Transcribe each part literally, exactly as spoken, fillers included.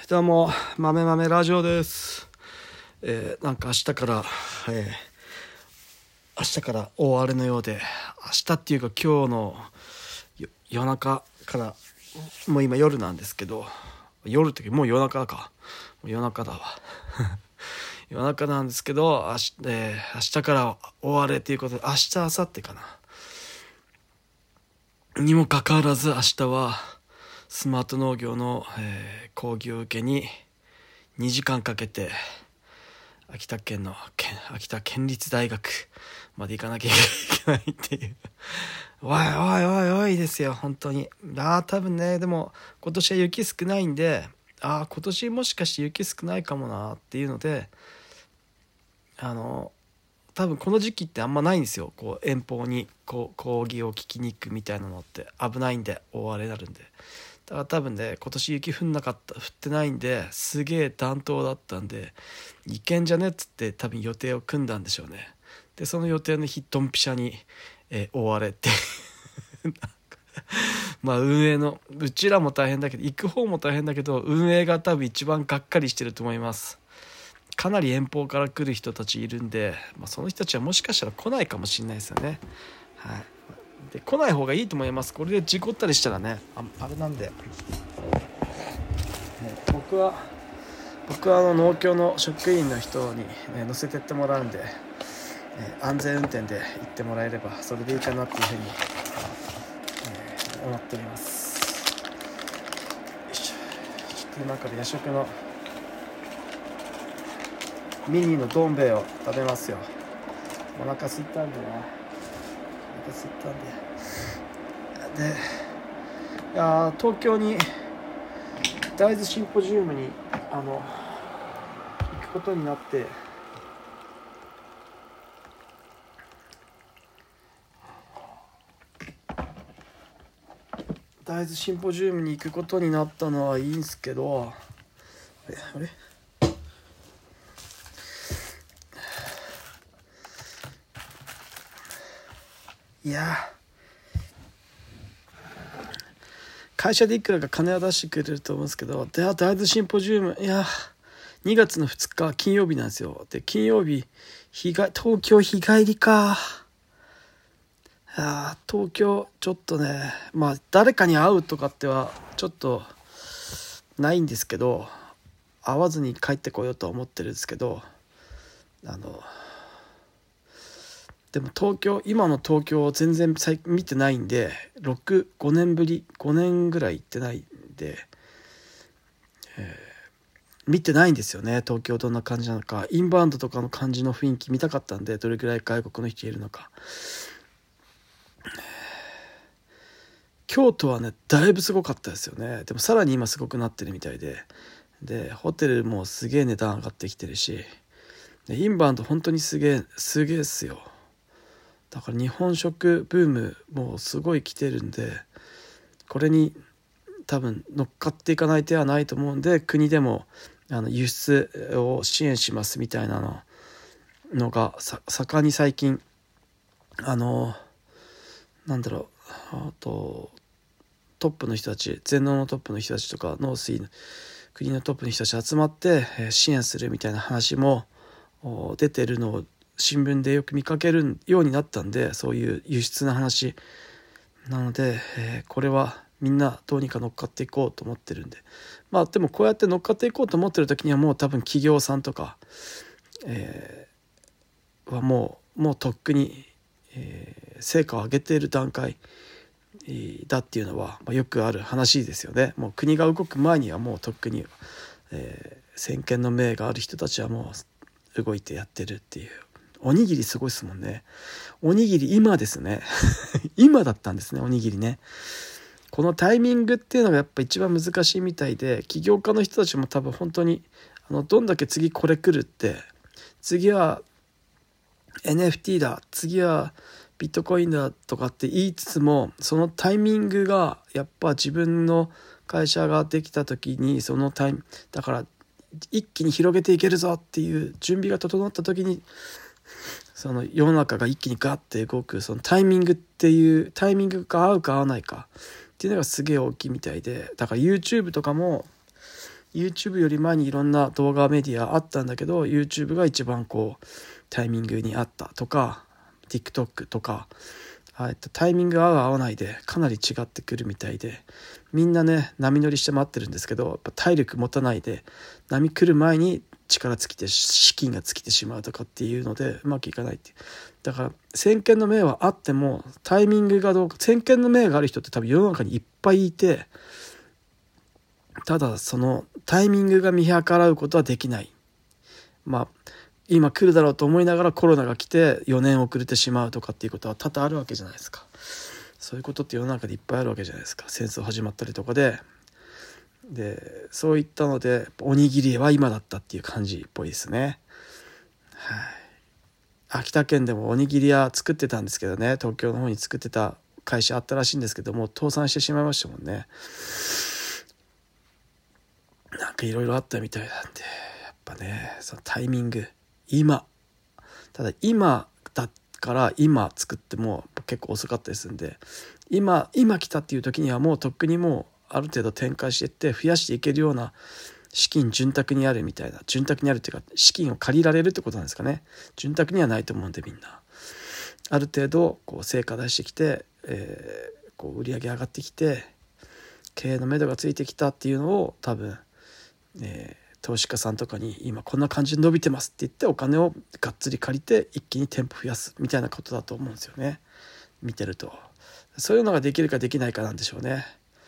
どうも豆豆ラジオです。えー、なんか明日から、えー、明日から大荒れのようで、明日っていうか今日の夜中からもう今夜なんですけど、夜ってもう夜中かもう夜中だわ夜中なんですけど、明日、えー、明日から大荒れということで、明日明後日かなにもかかわらず、明日はスマート農業の、えー、講義を受けににじかんかけて秋田県の秋田県立大学まで行かなきゃいけないっていうおいおいおいおいですよ本当に。ああ多分ね、でも今年は雪少ないんで、ああ今年もしかして雪少ないかもなっていうので、あの多分この時期ってあんまないんですよ。こう遠方にこう講義を聞きに行くみたいなのって危ないんで、大荒れになるんで。だから多分ね、今年雪降んなかった降ってないんで、すげえ暖冬だったんでいけんじゃねっつって多分予定を組んだんでしょうね。でその予定の日ドンピシャに、えー、追われてまあ運営のうちらも大変だけど、行く方も大変だけど、運営が多分一番がっかりしてると思います。かなり遠方から来る人たちいるんで、まあ、その人たちはもしかしたら来ないかもしれないですよね。はい。で来ない方がいいと思います。これで事故ったりしたらね、 あ, あれなんで、ね、僕は僕はあの農協の職員の人に、ね、乗せてってもらうんで、ね、安全運転で行ってもらえればそれでいいかなっていうふうに、ね、思っております。よいしょ。ちょっと今から夜食のミニのどん兵衛を食べますよ。お腹空いたんでね、お腹空いたんででいや東京に大豆シンポジウムにあの行くことになって、大豆シンポジウムに行くことになったのはいいんすけど、あれあれいや会社でいくらか金は出してくれると思うんですけど、で大豆シンポジウム、いやにがつのふつか金曜日なんですよ。で金曜日日が東京日帰りか。あ東京ちょっとね、まあ誰かに会うとかってはちょっとないんですけど、会わずに帰ってこようとは思ってるんですけど、あのでも東京今の東京を全然最見てないんで、ろく、ごねんぶりごねんぐらい行ってないんで、えー、見てないんですよね。東京どんな感じなのか、インバウンドとかの感じの雰囲気見たかったんで、どれくらい外国の人いるのか。京都はねだいぶすごかったですよね。でもさらに今すごくなってるみたいで、でホテルもすげえ値段上がってきてるし、でインバウンド本当にすげえすげえっすよ。だから日本食ブームもうすごい来てるんで、これに多分乗っかっていかない手はないと思うんで、国でもあの輸出を支援しますみたいなののがさ盛んに最近あのなんだろうあとトップの人たち、全農のトップの人たちとか農水の国のトップの人たち集まって支援するみたいな話も出てるのを新聞でよく見かけるようになったんで、そういう輸出の話なので、えー、これはみんなどうにか乗っかっていこうと思ってるんで、まあでもこうやって乗っかっていこうと思ってる時にはもう多分企業さんとか、えー、はもうもうとっくに、えー、成果を上げている段階だっていうのは、まあ、よくある話ですよね。もう国が動く前にはもうとっくに、えー、先見の明がある人たちはもう動いてやってるっていう。おにぎりすごいですもんね。おにぎり今ですね今だったんですね、おにぎりね。このタイミングっていうのがやっぱ一番難しいみたいで、起業家の人たちも多分本当にあのどんだけ次これ来るって、次は エヌエフティー だ、次はビットコインだとかって言いつつも、そのタイミングがやっぱ自分の会社ができた時に、そのタイムだから一気に広げていけるぞっていう準備が整った時に、その世の中が一気にガッて動く、そのタイミングっていうタイミングが合うか合わないかっていうのがすげえ大きいみたいで、だから YouTube とかも YouTube より前にいろんな動画メディアあったんだけど YouTube が一番こうタイミングにあったとか TikTok とかあえてタイミング合う合わないでかなり違ってくるみたいで、みんなね波乗りして待ってるんですけど、やっぱ体力持たないで波来る前に力尽きて資金が尽きてしまうとかっていうのでうまくいかないっていう。だから先見の明はあってもタイミングがどうか、先見の明がある人って多分世の中にいっぱいいて、ただそのタイミングが見計らうことはできない。まあ今来るだろうと思いながらコロナが来てよねん遅れてしまうとかっていうことは多々あるわけじゃないですか。そういうことって世の中でいっぱいあるわけじゃないですか。戦争始まったりとかででそういったのでおにぎりは今だったっていう感じっぽいですね。はい。秋田県でもおにぎり屋作ってたんですけどね、東京の方に作ってた会社あったらしいんですけども倒産してしまいましたもんね。なんかいろいろあったみたいなんで、やっぱねそのタイミング、今ただ今だから今作っても結構遅かったりするんで、今今来たっていう時にはもうとっくにもうある程度展開していって増やしていけるような資金潤沢にあるみたいな、潤沢にあるっていうか資金を借りられるってことなんですかね。潤沢にはないと思うんで、みんなある程度こう成果出してきて、えー、こう売り上げ上がってきて経営の目処がついてきたっていうのを多分、えー投資家さんとかに今こんな感じで伸びてますって言ってお金をがっつり借りて一気に店舗増やすみたいなことだと思うんですよね、見てると。そういうのができるかできないかなんでしょうね。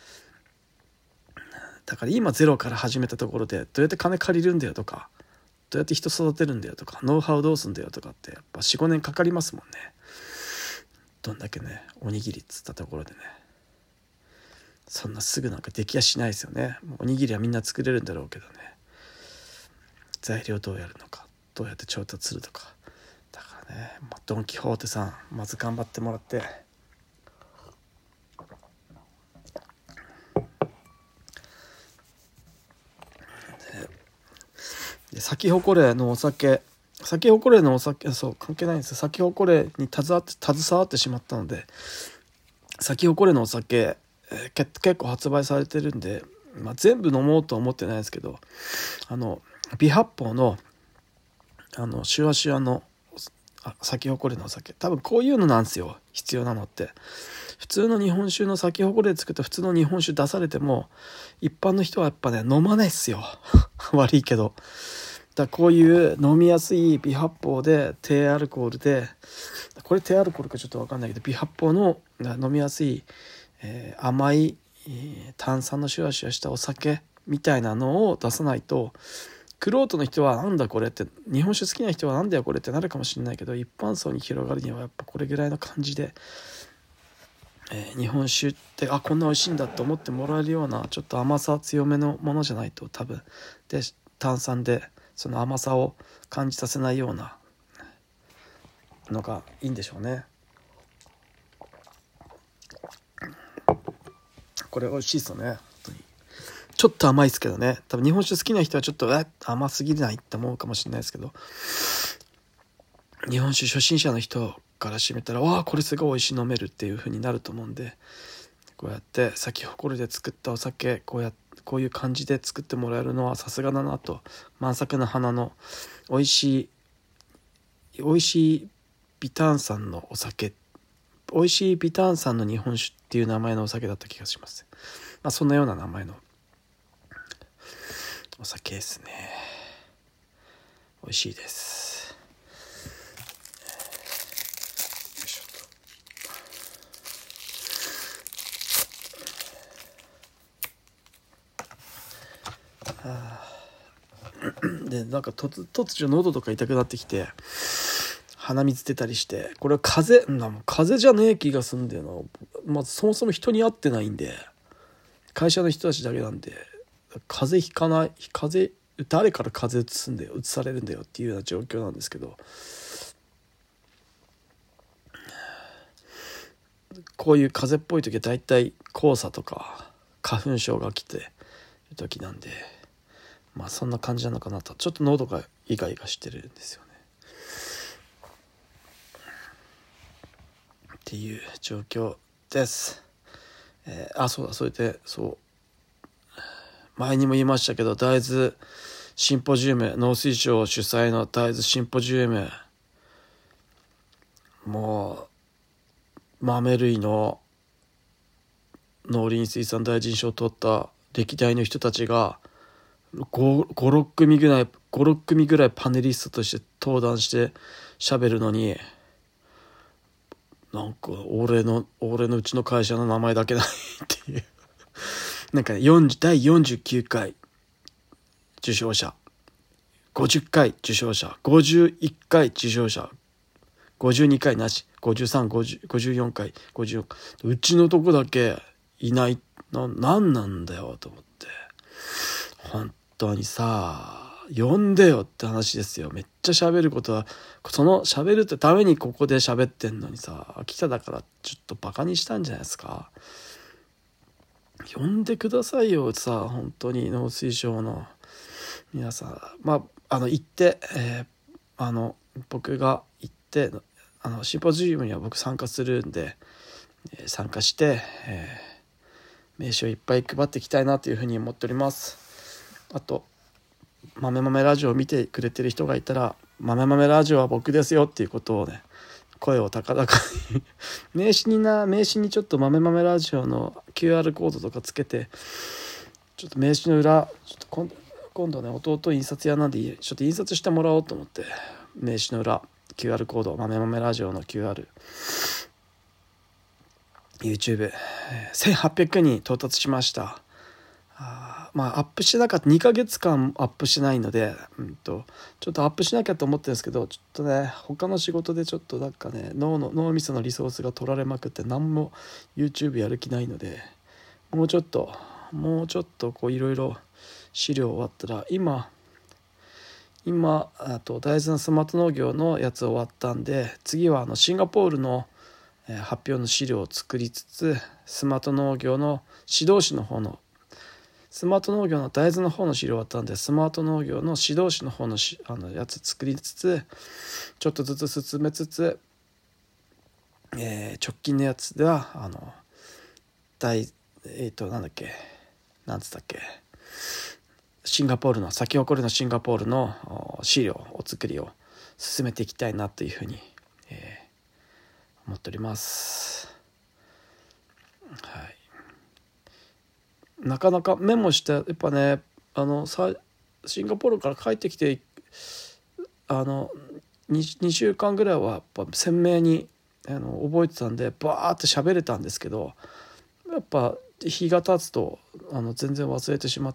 だから今ゼロから始めたところでどうやって金借りるんだよとか、どうやって人育てるんだよとか、ノウハウどうすんだよとかってやっぱ よん,ご 年かかりますもんね。どんだけねおにぎりっつったところでね、そんなすぐなんかできやしないですよね。おにぎりはみんな作れるんだろうけどね、材料どうやるのか、どうやって調達するとか。だからね、まあ、ドン・キホーテさんまず頑張ってもらって、でサキホコレのお酒サキホコレのお酒そう関係ないんですよ。サキホコレに携わって携わってしまったので、サキホコレのお酒、えー、け結構発売されてるんで、まあ、全部飲もうとは思ってないですけど、あの微発泡のあのシュワシュワの咲き誇れのお酒、多分こういうのなんですよ必要なのって。普通の日本酒の咲き誇れで作った普通の日本酒出されても一般の人はやっぱね飲まないっすよ悪いけど。だこういう飲みやすい微発泡で低アルコールで、これ低アルコールかちょっと分かんないけど微発泡の飲みやすい、えー、甘い、えー、炭酸のシュワシュワしたお酒みたいなのを出さないと、玄人の人はなんだこれって、日本酒好きな人はなんだよこれってなるかもしれないけど、一般層に広がるにはやっぱこれぐらいの感じで、えー、日本酒ってあこんな美味しいんだと思ってもらえるようなちょっと甘さ強めのものじゃないと多分で、炭酸でその甘さを感じさせないようなのがいいんでしょうね。これ美味しいですよね本当に。ちょっと甘いですけどね、多分日本酒好きな人はちょっとえ甘すぎないって思うかもしれないですけど、日本酒初心者の人からしてみたらわあこれすごい美味しい飲めるっていう風になると思うんで、こうやって咲き誇りで作ったお酒こうやこういう感じで作ってもらえるのはさすがだなと。満作の花の美味しい美味しい微炭酸のお酒、美味しい微炭酸の日本酒っていう名前のお酒だった気がします。まあそんなような名前のお酒ですね。美味しいです。よいしょっと。はあ、でなんか突突如喉とか痛くなってきて鼻水出たりして、これは風邪なも風邪じゃねえ気がするんだよな。まずそもそも人に会ってないんで、会社の人たちだけなんで、風邪ひかない、風邪誰から風邪うつすんだようつされるんだよっていうような状況なんですけど、こういう風邪っぽい時はだいたい黄砂とか花粉症が来てる時なんで、まあそんな感じなのかなと。ちょっと喉がイガイガしてるんですよねっていう状況です。えー、あそうだそれでそう前にも言いましたけど、大豆シンポジウム、農水省主催の大豆シンポジウム、もう豆類の農林水産大臣賞を取った歴代の人たちがご、ろく組ぐらいご、ろく組ぐらいパネリストとして登壇して喋るのに、なんか俺の俺のうちの会社の名前だけないっていうなんか、ね、だいよんじゅうきゅうかい受賞者、ごじゅっかい受賞者、ごじゅういっかい受賞者、ごじゅうにかいなし、ごじゅうさん、ごじゅう、ごじゅうよんかい、ごじゅうよんかい、うちのとこだけいない、な、なんなんだよと思って、本当にさ、呼んでよって話ですよ。めっちゃ喋ることは、その喋るってためにここで喋ってんのにさ、秋田だからちょっとバカにしたんじゃないですか。呼んでくださいよさ、本当に農水省の皆さん、まああの行って、えー、あの僕が行ってあのシンポジウムには僕参加するんで、えー、参加して、えー、名刺をいっぱい配っていきたいなというふうに思っております。あと豆豆ラジオを見てくれてる人がいたら、豆豆ラジオは僕ですよっていうことをね、声を高々に名刺にな名刺にちょっと豆豆ラジオの キューアール コードとかつけて、ちょっと名刺の裏ちょっと今度今度ね、弟印刷屋なんでちょっと印刷してもらおうと思って、名刺の裏 キューアール コード、豆豆ラジオの キューアール、 YouTube せんはっぴゃくにん到達しました。あまあアップしてなかったにかげつかんアップしないので、うんとちょっとアップしなきゃと思ってるんですけど、ちょっとね他の仕事でちょっとなんかね脳の脳みそのリソースが取られまくって何も YouTube やる気ないので、もうちょっともうちょっとこういろいろ資料終わったら、今今あと大豆のスマート農業のやつ終わったんで、次はあのシンガポールの、えー、発表の資料を作りつつ、スマート農業の指導士の方のスマート農業の大豆の方の資料終わったんで、スマート農業の指導士の方のしあのやつ作りつつ、ちょっとずつ進めつつ、えー、直近のやつではあの大えっ、ー、となんだっけなんつったっけシンガポールの咲き誇りのシンガポールの資料を作りを進めていきたいなというふうに、えー、思っております。はい、なかなかメモしてやっぱね、あのさシンガポールから帰ってきてあの 2, にしゅうかんぐらいはやっぱ鮮明にあの覚えてたんで、バーって喋れたんですけど、やっぱ日が経つとあの全然忘れてしまって、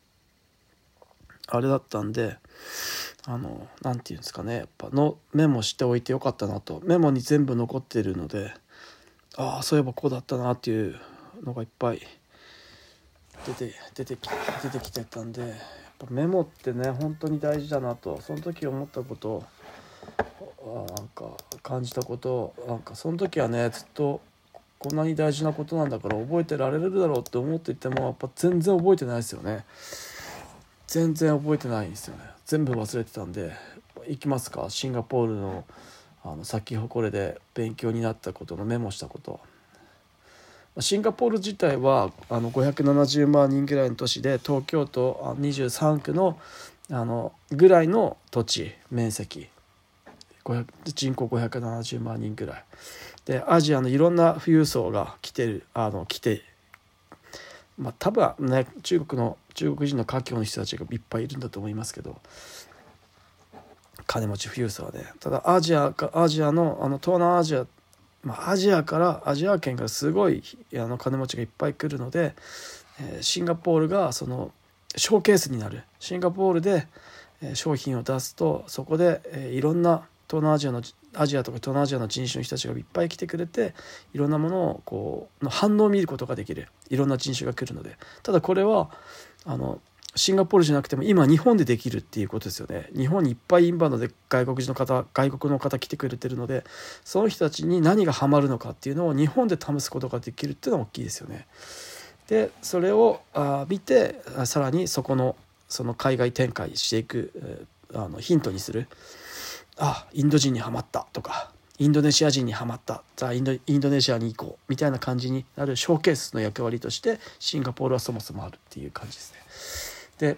あれだったんで、あのなんていうんですかね、やっぱのメモしておいてよかったなと、メモに全部残ってるので、ああそういえばこうだったなっていうのがいっぱい出て出てき出てきてたんで、やっぱメモってね本当に大事だなと、その時思ったことをなんか感じたことを、なんかその時はねずっとこんなに大事なことなんだから覚えてられるだろうって思っていても、やっぱ全然覚えてないですよね。全然覚えてないんですよね。全部忘れてたんで、行きますか、シンガポールのあの咲き誇れで勉強になったことのメモしたこと。シンガポール自体はあのごひゃくななじゅうまんにんぐらいの都市で、東京都にじゅうさんくのあのぐらいの土地面積、人口ごひゃくななじゅうまんにんぐらいで、アジアのいろんな富裕層が来てるあの来てまあ多分ね中国の中国人の華僑の人たちがいっぱいいるんだと思いますけど、金持ち富裕層はね、ただアジアかアジアのあの東南アジア、まあ、アジアからアジア圏からすごいあの金持ちがいっぱい来るので、えー、シンガポールがそのショーケースになる。シンガポールで、えー、商品を出すと、そこで、えー、いろんな東南アジアのアジアとか東南アジアの人種の人たちがいっぱい来てくれて、いろんなものをこうの反応を見ることができる。いろんな人種が来るので、ただこれはあのシンガポールじゃなくても今日本でできるっていうことですよね。日本にいっぱいインバウンドで外国人の方外国の方来てくれてるので、その人たちに何がハマるのかっていうのを日本で試すことができるっていうのは大きいですよね。でそれをあ見てさらにそこのその海外展開していく、えー、あのヒントにする。あインド人にハマったとか、 インドネシア人にはまった、じゃあインド、インドネシアに行こうみたいな感じになるショーケースの役割としてシンガポールはそもそもあるっていう感じですね。で、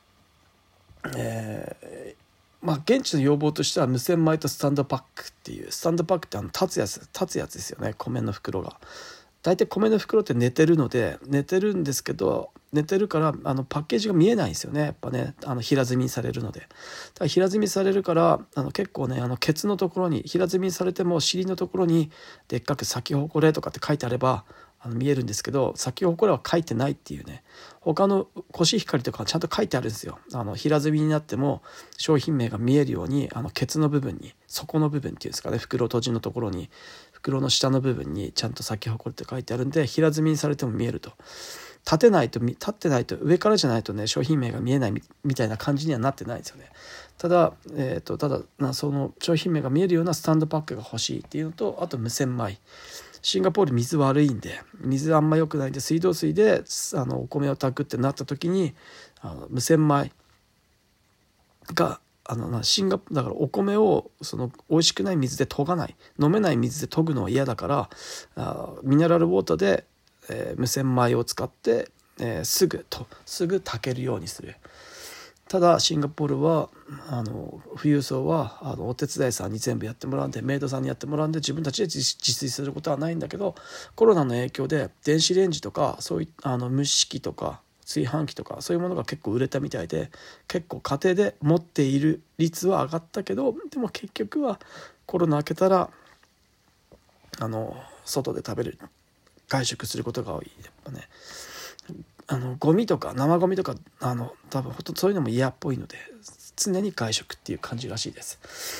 えー、まあ現地の要望としては無洗米とスタンドパックっていう、スタンドパックってあの立つやつ立つやつですよね。米の袋が大体米の袋って寝てるので寝てるんですけど、寝てるからあのパッケージが見えないんですよね。やっぱね、あの平積みにされるので、だから平積みされるからあの結構ね、あのケツのところに平積みにされても尻のところにでっかく咲き誇れとかって書いてあればあの見えるんですけど、咲き誇れは書いてないっていうね。他のコシヒカリとかちゃんと書いてあるんですよ。あの平積みになっても商品名が見えるように、あのケツの部分に、底の部分っていうんですかね、袋閉じのところに、袋の下の部分にちゃんと咲き誇れって書いてあるんで、平積みにされても見えると。立てないと立ってないと、上からじゃないとね商品名が見えない み, みたいな感じにはなってないんですよね。ただ、えー、とただなその商品名が見えるようなスタンドパックが欲しいっていうのと、あと無洗米。シンガポール水悪いんで、水あんま良くないんで、水道水であのお米を炊くってなった時にあの無洗米があのシンガだからお米をその美味しくない水で研がない、飲めない水で研ぐのは嫌だから、あミネラルウォーターで、えー、無洗米を使って、えー、すぐとすぐ炊けるようにする。ただシンガポールはあの富裕層はあのお手伝いさんに全部やってもらうんで、メイドさんにやってもらうんで、自分たちで自自炊することはないんだけど、コロナの影響で電子レンジとかそういあの蒸し器とか炊飯器とかそういうものが結構売れたみたいで、結構家庭で持っている率は上がったけど、でも結局はコロナ明けたらあの外で食べる、外食することが多い。やっぱね、あのゴミとか生ゴミとかあの多分ほとんどそういうのも嫌っぽいので、常に外食っていう感じらしいです。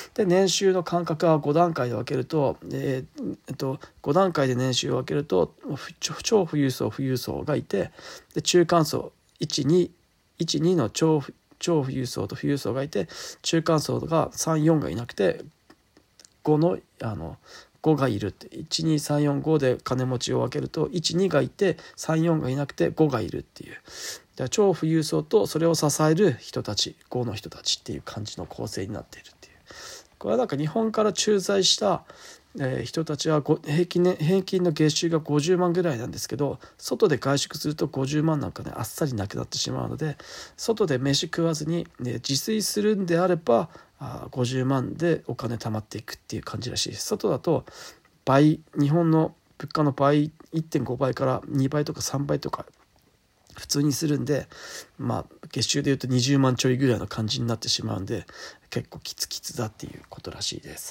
で、年収の間隔はご段階で分けると、えーえっと、ご段階で年収を分けると超富裕層富裕層がいて、で中間層いちにの超超富裕層と富裕層がいて、中間層がさん、よんがいなくてごのあのごがいるって、いちにさんよんごで金持ちを分けるといちにがいてさんよんがいなくてごがいるっていう、だから超富裕層とそれを支える人たちごの人たちっていう感じの構成になっているっていう。これはなんか日本から駐在した、えー、人たちは平均、ね、平均の月収がごじゅうまんぐらいなんですけど、外で外食するとごじゅうまんなんかねあっさりなくなってしまうので、外で飯食わずに、ね、自炊するんであればあごじゅうまんでお金貯まっていくっていう感じらしいです。外だと倍、日本の物価の倍 いってんご 倍からにばいとかさんばいとか普通にするんで、まあ月収でいうとにじゅうまんちょいぐらいの感じになってしまうんで、結構キツキツだっていうことらしいです。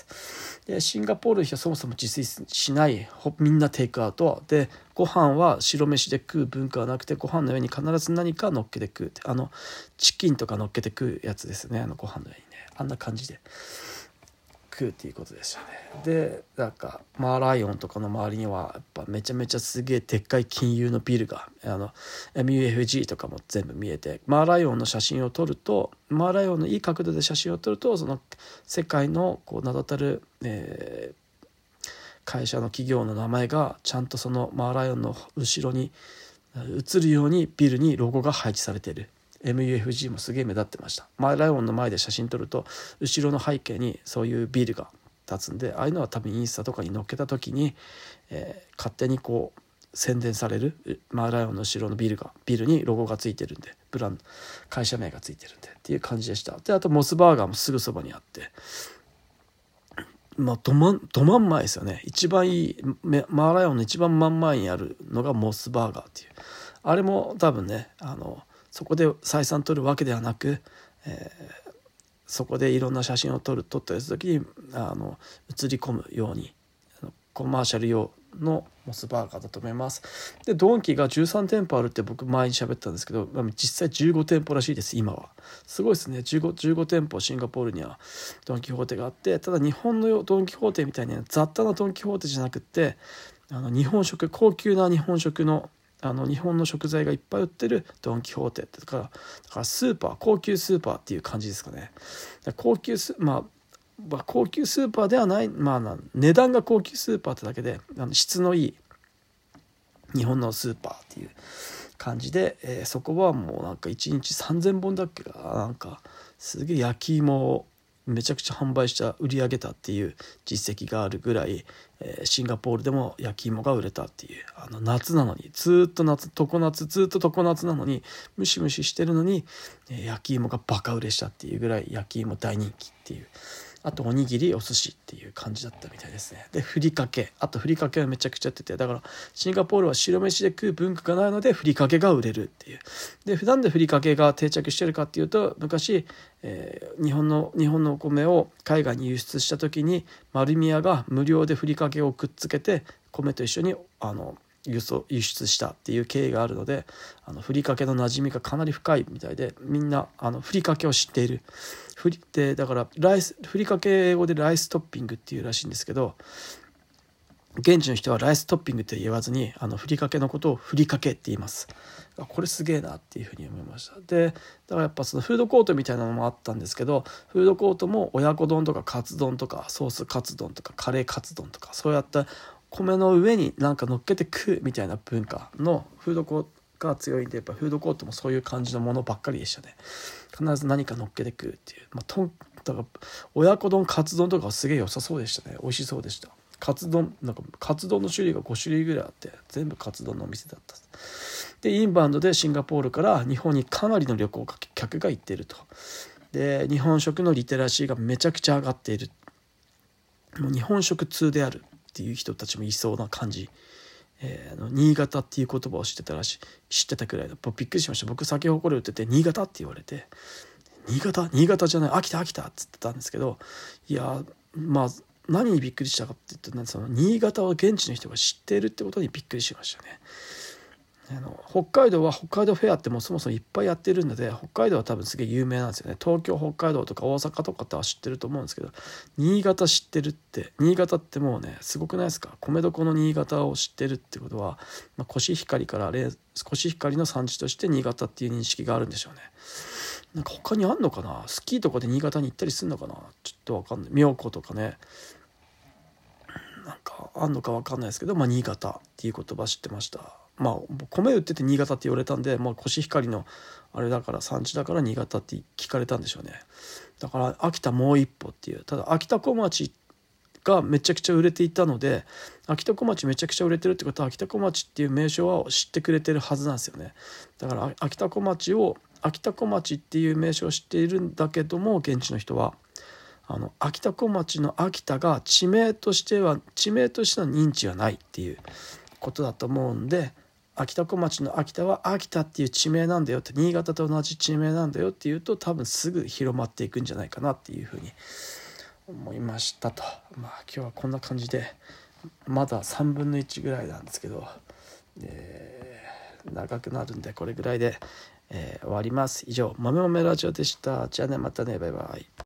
でシンガポールの人はそもそも自炊しない、みんなテイクアウトで、ご飯は白飯で食う文化はなくて、ご飯の上に必ず何か乗っけて食うって、あのチキンとか乗っけて食うやつですね。あのご飯の上にね、あんな感じで食うっていうことでしたね。でなんかマーライオンとかの周りにはやっぱめちゃめちゃすげえでっかい金融のビルが、あの エムユーエフジー とかも全部見えて、マーライオンの写真を撮ると、マーライオンのいい角度で写真を撮ると、その世界のこう名だたる、えー、会社の企業の名前がちゃんとそのマーライオンの後ろに映るようにビルにロゴが配置されている。エムユーエフジー もすげえ目立ってました。マーライオンの前で写真撮ると後ろの背景にそういうビルが立つんで、ああいうのは多分インスタとかに載っけた時に、えー、勝手にこう宣伝される、マーライオンの後ろのビルがビルにロゴがついてるんで、ブランド会社名がついてるんでっていう感じでした。であとモスバーガーもすぐそばにあって、まあど真んど真ん前ですよね。一番いいマーライオンの一番真ん前にあるのがモスバーガーっていう、あれも多分ね、あのそこで採算取るわけではなく、えー、そこでいろんな写真を撮る撮ったりする時にあの映り込むようにコマーシャル用のモスバーガーだと思います。でドンキがじゅうさんてんぽあるって僕前に喋ったんですけど、実際じゅうごてんぽらしいです。今はすごいですね。じゅうご、じゅうごてんぽシンガポールにはドン・キホーテがあって、ただ日本のドン・キホーテみたいに雑多なドン・キホーテじゃなくって、あの日本食、高級な日本食のあの日本の食材がいっぱい売ってるドン・キホーテってだから、だからスーパー、高級スーパーっていう感じですかね。高級ス、まあ、まあ高級スーパーではない、まあ値段が高級スーパーってだけで、あの質のいい日本のスーパーっていう感じで、えー、そこはもうなんかいちにちさんぜんぼんだっけな、なんかすげえ焼き芋めちゃくちゃ販売した売り上げたっていう実績があるぐらい、えーシンガポールでも焼き芋が売れたっていう、あの夏なのにずっと夏常夏ずっと常夏なのにムシムシしてるのに、えー焼き芋がバカ売れしたっていうぐらい焼き芋大人気っていう。あとおにぎりお寿司っていう感じだったみたいですね。でふりかけ、あとふりかけはめちゃくちゃやってて、だからシンガポールは白飯で食う文化がないのでふりかけが売れるっていう。で普段でふりかけが定着してるかっていうと、昔、えー日本の日本のお米を海外に輸出した時に丸宮が無料でふりかけをくっつけて米と一緒にあの輸送輸出したっていう経緯があるので、あのふりかけの馴染みがかなり深いみたいで、みんなあのふりかけを知っている。ふりでだからライスふりかけ英語でライストッピングっていうらしいんですけど、現地の人はライストッピングって言わずにあのふりかけのことをふりかけって言います。これすげえなっていうふうに思いました。でだからやっぱそのフードコートみたいなのもあったんですけど、フードコートも親子丼とかカツ丼とかソースカツ丼とかカレーカツ丼とか、そうやった米の上になんか乗っけて食うみたいな文化のフードコートが強いんで、やっぱフードコートもそういう感じのものばっかりでしたね。必ず何か乗っけて食うっていう、まあ、とだから親子丼カツ丼とかはすげえ良さそうでしたね。美味しそうでした。カツ丼なんかカツ丼の種類がご種類ぐらいあって、全部カツ丼のお店だった。でインバウンドでシンガポールから日本にかなりの旅行客が行っていると。で日本食のリテラシーがめちゃくちゃ上がっている。もう日本食通であるっていう人たちもいそうな感じ。えー、あの新潟っていう言葉を知ってたらし知ってたくらいだ。びっくりしました。僕先ほこれ売ってて新潟って言われて、新潟新潟じゃない秋田秋田っつってたんですけど、いやまあ何にびっくりしたかって言うと、その新潟を現地の人が知っているってことにびっくりしましたね。あの北海道は北海道フェアってもうそもそもいっぱいやってるので、北海道は多分すげえ有名なんですよね。東京北海道とか大阪とかっては知ってると思うんですけど、新潟知ってるって、新潟ってもうねすごくないですか。米どこの新潟を知ってるってことは、まあ、コシヒカリからコシヒカリの産地として新潟っていう認識があるんでしょうね。なんか他にあんのかな、スキーとかで新潟に行ったりするのかな、ちょっと分かんない。妙高とかね、なんかあんのか分かんないですけど、まあ、新潟っていう言葉知ってました。まあ米売ってて新潟って言われたんで、まあ、コシヒカリのあれだから産地だから新潟って聞かれたんでしょうね。だから秋田もう一歩っていう、ただ秋田小町がめちゃくちゃ売れていたので、秋田小町めちゃくちゃ売れてるってことは秋田小町っていう名称は知ってくれてるはずなんですよね。だから秋田小町を秋田小町っていう名称を知っているんだけども、現地の人はあの秋田小町の秋田が地名としては地名としての認知はないっていうことだと思うんで、秋田小町の秋田は秋田っていう地名なんだよって、新潟と同じ地名なんだよっていうと多分すぐ広まっていくんじゃないかなっていうふうに思いましたと。まあ今日はこんな感じで、まださんぶんのいちぐらいなんですけど、えー、長くなるんでこれぐらいで、えー、終わります。以上豆豆ラジオでした。じゃあね、またね、バイバイ。